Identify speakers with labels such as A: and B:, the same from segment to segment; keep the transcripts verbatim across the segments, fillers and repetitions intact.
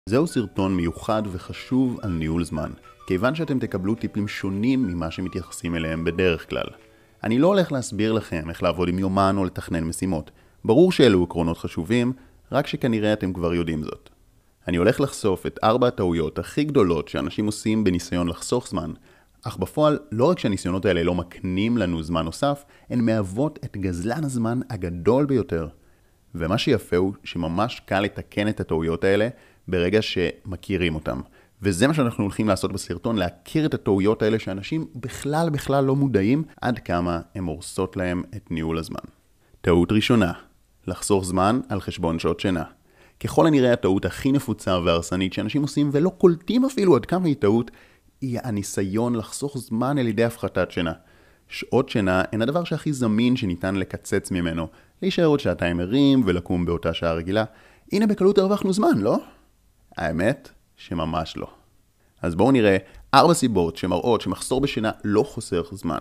A: זהו סרטון מיוחד וחשוב על ניהול זמן, כיוון שאתם תקבלו טיפים שונים ממה שמתייחסים אליהם בדרך כלל. אני לא הולך להסביר לכם איך לעבוד עם יומן או לתכנן משימות. ברור שאלו עקרונות חשובים, רק שכנראה אתם כבר יודעים זאת. אני הולך לחשוף את ארבע הטעויות הכי גדולות שאנשים עושים בניסיון לחסוך זמן, אך בפועל לא רק שהניסיונות האלה לא מקנים לנו זמן נוסף, הן מהוות את גזלן הזמן הגדול ביותר. ומה שיפה הוא שממש קל לתקן את הטעויות האלה ברגע שמכירים אותם. וזה מה שאנחנו הולכים לעשות בסרטון, להכיר את הטעויות האלה שאנשים בכלל בכלל לא מודעים עד כמה הם הורסות להם את ניהול הזמן. טעות ראשונה, לחסוך זמן על חשבון שעות שינה. ככל הנראה הטעות הכי נפוצה והרסנית שאנשים עושים ולא קולטים אפילו עד כמה היא טעות, היא הניסיון לחסוך זמן על ידי הפחתת שינה. שעות שינה הן הדבר שהכי זמין שניתן לקצץ ממנו, להישאר עוד שעתיים ערים ולקום באותה שעה רגילה. הנה בקלות הרווחנו זמן, לא? האמת שממש לא. אז בואו נראה ארבע סיבות שמראות שמחסור בשינה לא חוסך זמן.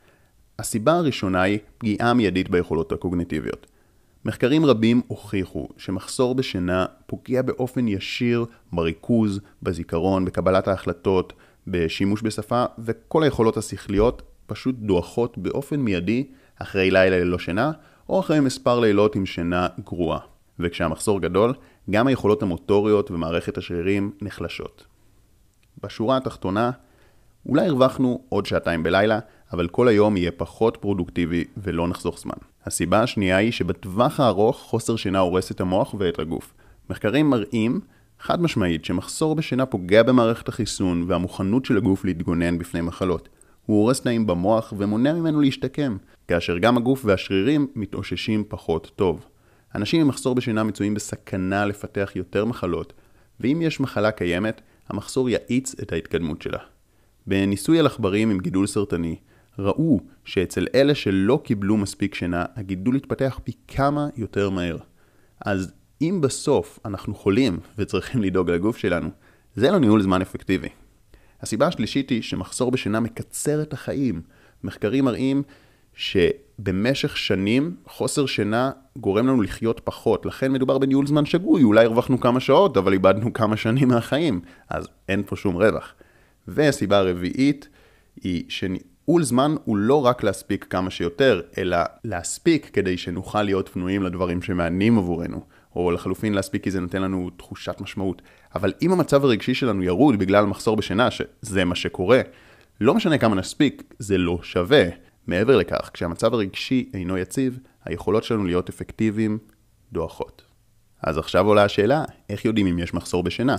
A: הסיבה הראשונה היא פגיעה מיידית ביכולות הקוגניטיביות. מחקרים רבים הוכיחו שמחסור בשינה פוגע באופן ישיר בריכוז, בזיכרון, בקבלת ההחלטות, בשימוש בשפה, וכל היכולות השכליות פשוט דועכות באופן מיידי אחרי לילה ללא שינה, או אחרי מספר לילות עם שינה גרועה. וכשהמחסור גדול, גם היכולות המוטוריות ומערכת השרירים נחלשות. בשורה התחתונה, אולי הרווחנו עוד שעתיים בלילה, אבל כל היום יהיה פחות פרודוקטיבי ולא נחסוך זמן. הסיבה השנייה היא שבטווח הארוך חוסר שינה הורס את המוח ואת הגוף. מחקרים מראים חד משמעית שמחסור בשינה פוגע במערכת החיסון והמוכנות של הגוף להתגונן בפני מחלות. הוא הורס תנאים במוח ומונע ממנו להשתקם, כאשר גם הגוף והשרירים מתאוששים פחות טוב. אנשים עם מחסור בשינה מצויים בסכנה לפתח יותר מחלות, ואם יש מחלה קיימת, המחסור יאיץ את ההתקדמות שלה. בניסוי על עכברים עם גידול סרטני, ראו שאצל אלה שלא קיבלו מספיק שינה, הגידול התפתח פי כמה יותר מהר. אז אם בסוף אנחנו חולים וצריכים לדאוג לגוף שלנו, זה לא ניהול זמן אפקטיבי. הסיבה השלישית היא שמחסור בשינה מקצר את החיים. מחקרים מראים שבמשך שנים חוסר שינה גורם לנו לחיות פחות, לכן מדובר בניהול זמן שגוי, אולי הרווחנו כמה שעות, אבל איבדנו כמה שנים מהחיים, אז אין פה שום רווח. והסיבה הרביעית היא שניהול זמן הוא לא רק להספיק כמה שיותר, אלא להספיק כדי שנוכל להיות פנויים לדברים שמעניינים עבורנו, או לחלופין להספיק כי זה נותן לנו תחושת משמעות. אבל אם המצב הרגשי שלנו ירוד בגלל מחסור בשינה, שזה מה שקורה, לא משנה כמה נספיק, זה לא שווה. מעבר לכך, כשהמצב הרגשי אינו יציב, היכולות שלנו להיות אפקטיביים דועכות. אז עכשיו עולה השאלה, איך יודעים אם יש מחסור בשינה?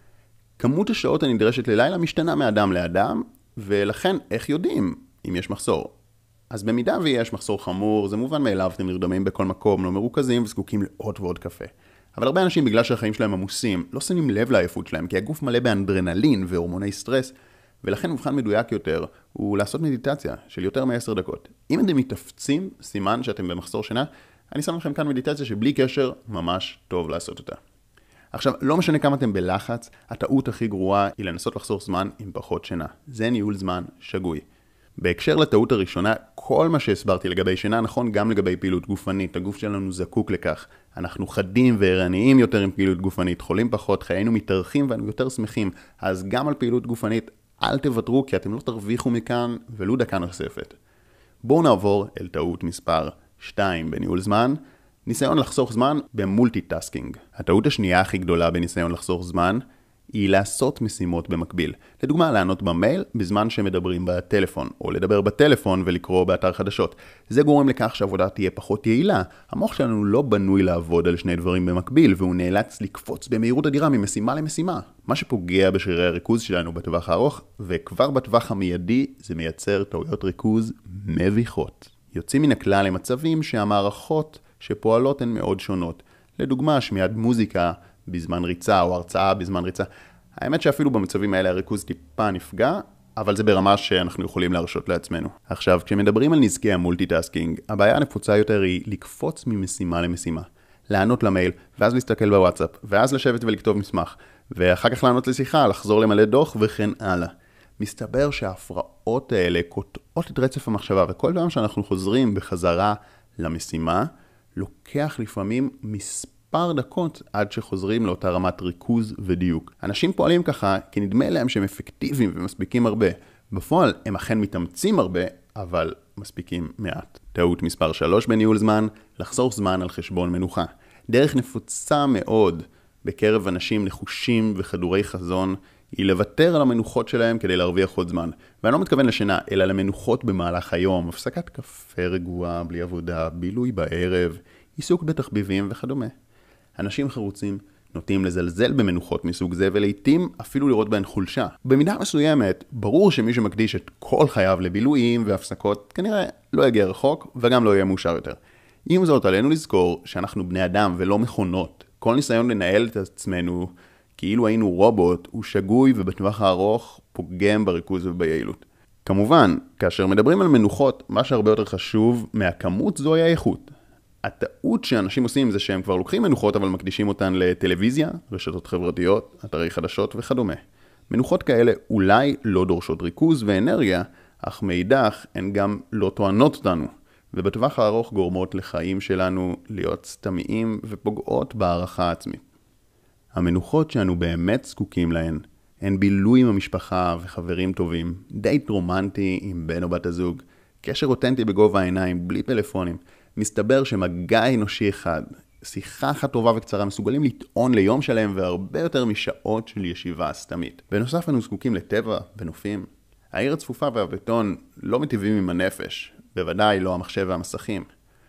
A: כמות השעות הנדרשת ללילה משתנה מאדם לאדם, ולכן איך יודעים אם יש מחסור? אז במידה ויש מחסור חמור, זה מובן מאליו, אתם נרדמים בכל מקום, לא מרוכזים וזקוקים לעוד ועוד קפה. אבל הרבה אנשים בגלל שהחיים שלהם עמוסים, לא שמים לב לעייפות שלהם, כי הגוף מלא באנדרנלין והורמוני סטרס, ולכן מבחן מדויק יותר הוא לעשות מדיטציה של יותר מ-עשר דקות. אם אתם מתאפצים, סימן שאתם במחסור שינה, אני שם לכם כאן מדיטציה שבלי קשר ממש טוב לעשות אותה. עכשיו, לא משנה כמה אתם בלחץ, הטעות הכי גרועה היא לנסות לחסוך זמן עם פחות שינה. זה ניהול זמן שגוי. בהקשר לטעות הראשונה, כל מה שהסברתי לגבי שינה נכון גם לגבי פעילות גופנית. הגוף שלנו זקוק לכך. אנחנו חדים וערניים יותר עם פעילות גופנית, חולים פחות, חיינו מתארחים ואנו יותר שמחים. אז גם על פעילות גופנית, אל תוותרו כי אתם לא תרוויחו מכאן ולו דקה נוספת. בואו נעבור אל טעות מספר שתיים בניהול זמן, ניסיון לחסוך זמן במולטיטאסקינג. הטעות השנייה הכי גדולה בניסיון לחסוך זמן היא לעשות משימות במקביל. לדוגמה, לענות במייל בזמן שמדברים בטלפון, או לדבר בטלפון ולקרוא באתר חדשות. זה גורם לכך שהעבודה תהיה פחות יעילה. המוח שלנו לא בנוי לעבוד על שני דברים במקביל, והוא נאלץ לקפוץ במהירות אדירה ממשימה למשימה. מה שפוגע בשרירי הריכוז שלנו בטווח הארוך, וכבר בטווח המיידי זה מייצר טעויות ריכוז מביכות. יוצאים מן הכלל למצבים שהמערכות שפועלות הן מאוד שונות. לדוגמה, שמיעת מוזיקה בזמן ריצה או הרצאה בזמן ריצה. האמת שאפילו במצבים האלה הריכוז טיפה נפגע, אבל זה ברמה שאנחנו יכולים להרשות לעצמנו. עכשיו, כשמדברים על נזקי המולטיטאסקינג, הבעיה הנפוצה יותר היא לקפוץ ממשימה למשימה. לענות למייל, ואז להסתכל בוואטסאפ, ואז לשבת ולכתוב מסמך, ואחר כך לענות לשיחה, לחזור למלא דוח וכן הלאה. מסתבר שההפרעות האלה קוטעות את רצף המחשבה, וכל פעם שאנחנו חוזרים בחזרה למשימה, לוקח לפעמים מספר מספר דקות עד שחוזרים לאותה רמת ריכוז ודיוק. אנשים פועלים ככה כי נדמה להם שהם אפקטיביים ומספיקים הרבה. בפועל הם אכן מתאמצים הרבה, אבל מספיקים מעט. טעות מספר שלוש בניהול זמן, לחסוך זמן על חשבון מנוחה. דרך נפוצה מאוד בקרב אנשים נחושים וחדורי חזון, היא לוותר על המנוחות שלהם כדי להרוויח עוד זמן. ואני לא מתכוון לשינה, אלא למנוחות במהלך היום, הפסקת קפה רגועה, בלי עבודה, בילוי בערב, עיסוק בתחביבים וכדומה. אנשים חרוצים נוטים לזלזל במנוחות מסוג זה, ולעיתים אפילו לראות בהן חולשה. במידה מסוימת, ברור שמי שמקדיש את כל חייו לבילויים והפסקות, כנראה לא יגיע רחוק וגם לא יהיה מאושר יותר. עם זאת, עלינו לזכור שאנחנו בני אדם ולא מכונות. כל ניסיון לנהל את עצמנו כאילו היינו רובוט, הוא שגוי ובטווח הארוך פוגם בריכוז וביעילות. כמובן, כאשר מדברים על מנוחות, מה שהרבה יותר חשוב מהכמות זוהי האיכות. הטעות שאנשים עושים זה שהם כבר לוקחים מנוחות אבל מקדישים אותן לטלוויזיה, רשתות חברתיות, אתרי חדשות וכדומה. מנוחות כאלה אולי לא דורשות ריכוז ואנרגיה, אך מאידך הן גם לא טוענות אותנו, ובטווח הארוך גורמות לחיים שלנו להיות סתמיים ופוגעות בהערכה העצמית. המנוחות שאנו באמת זקוקים להן הן בילוי עם המשפחה וחברים טובים, דייט רומנטי עם בן או בת הזוג, קשר אותנטי בגובה העיניים בלי פלאפונים. מסתבר שמגע אנושי אחד, שיחה אחת טובה וקצרה, מסוגלים לטעון ליום שלם והרבה יותר משעות של ישיבה סתמית. בנוסף אנו זקוקים לטבע ונופים. העיר הצפופה והבטון לא מטיבים עם הנפש, בוודאי לא המחשב והמסכים.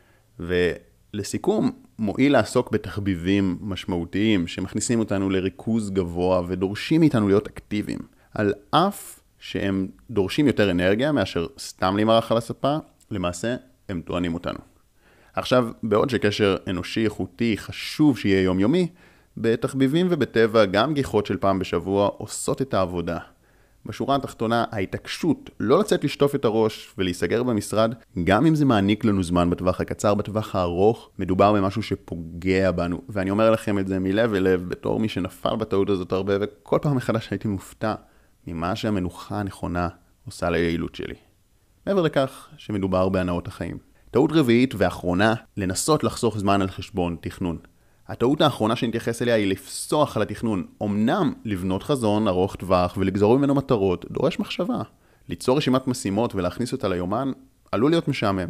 A: ולסיכום, מועיל לעסוק בתחביבים משמעותיים שמכניסים אותנו לריכוז גבוה ודורשים מאיתנו להיות אקטיביים. על אף שהם דורשים יותר אנרגיה מאשר סתם להימרח על הספה, למעשה הם טוענים אותנו. עכשיו, בעוד שקשר אנושי איכותי חשוב שיהיה יומיומי, בתחביבים ובטבע גם גיחות של פעם בשבוע עושות את העבודה. בשורה התחתונה, ההתעקשות לא לצאת לשטוף את הראש ולהיסגר במשרד, גם אם זה מעניק לנו זמן בטווח הקצר, בטווח הארוך, מדובר במשהו שפוגע בנו. ואני אומר לכם את זה מלב אל לב, בתור מי שנפל בטעות הזאת הרבה, וכל פעם מחדש הייתי מופתע ממה שהמנוחה הנכונה עושה ליעילות שלי. מעבר לכך שמדובר בהנאות החיים. טעות רביעית ואחרונה, לנסות לחסוך זמן על חשבון תכנון. הטעות האחרונה שנתייחס אליה היא לפסוח על התכנון. אמנם לבנות חזון ארוך טווח ולגזור ממנו מטרות דורש מחשבה. ליצור רשימת משימות ולהכניס אותה ליומן עלול להיות משעמם.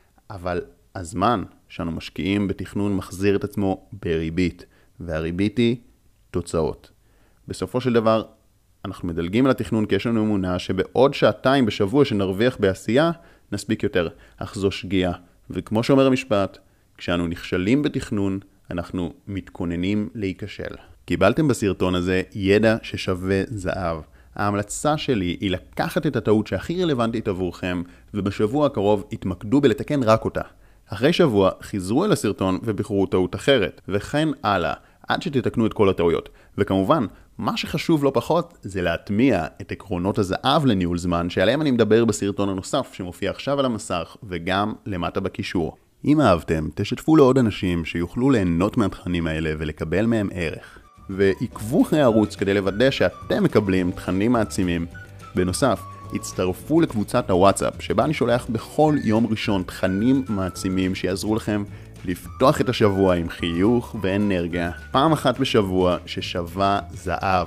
A: אבל הזמן שאנו משקיעים בתכנון מחזיר את עצמו בריבית, והריבית היא תוצאות. בסופו של דבר, אנחנו מדלגים על התכנון כי יש לנו אמונה שבעוד שעתיים בשבוע שנרוויח בעשייה, נספיק יותר. אך זו שגיאה. וכמו שאומר המשפט, כשאנו נכשלים בתכנון, אנחנו מתכוננים להיכשל. קיבלתם בסרטון הזה ידע ששווה זהב. ההמלצה שלי היא לקחת את הטעות שהכי רלוונטית עבורכם, ובשבוע הקרוב התמקדו בלתקן רק אותה. אחרי שבוע חיזרו אל הסרטון ובחרו טעות אחרת, וכן הלאה, עד שתתקנו את כל הטעויות. וכמובן, מה שחשוב לא פחות זה להטמיע את עקרונות הזהב לניהול זמן, שעליהם אני מדבר בסרטון הנוסף שמופיע עכשיו על המסך וגם למטה בקישור. אם אהבתם, תשתפו לעוד אנשים שיוכלו ליהנות מהתכנים האלה ולקבל מהם ערך. ועקבו אחרי הערוץ כדי לוודא שאתם מקבלים תכנים מעצימים. בנוסף, הצטרפו לקבוצת הוואטסאפ שבה אני שולח בכל יום ראשון תכנים מעצימים שיעזרו לכם לפתוח את השבוע עם חיוך ואנרגיה. פעם אחת בשבוע ששווה זהב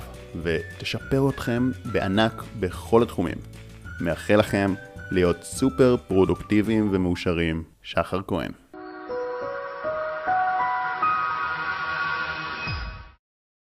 A: ותשפר אתכם בענק בכל התחומים. מאחל לכם להיות סופר פרודוקטיביים ומאושרים. שחר כהן.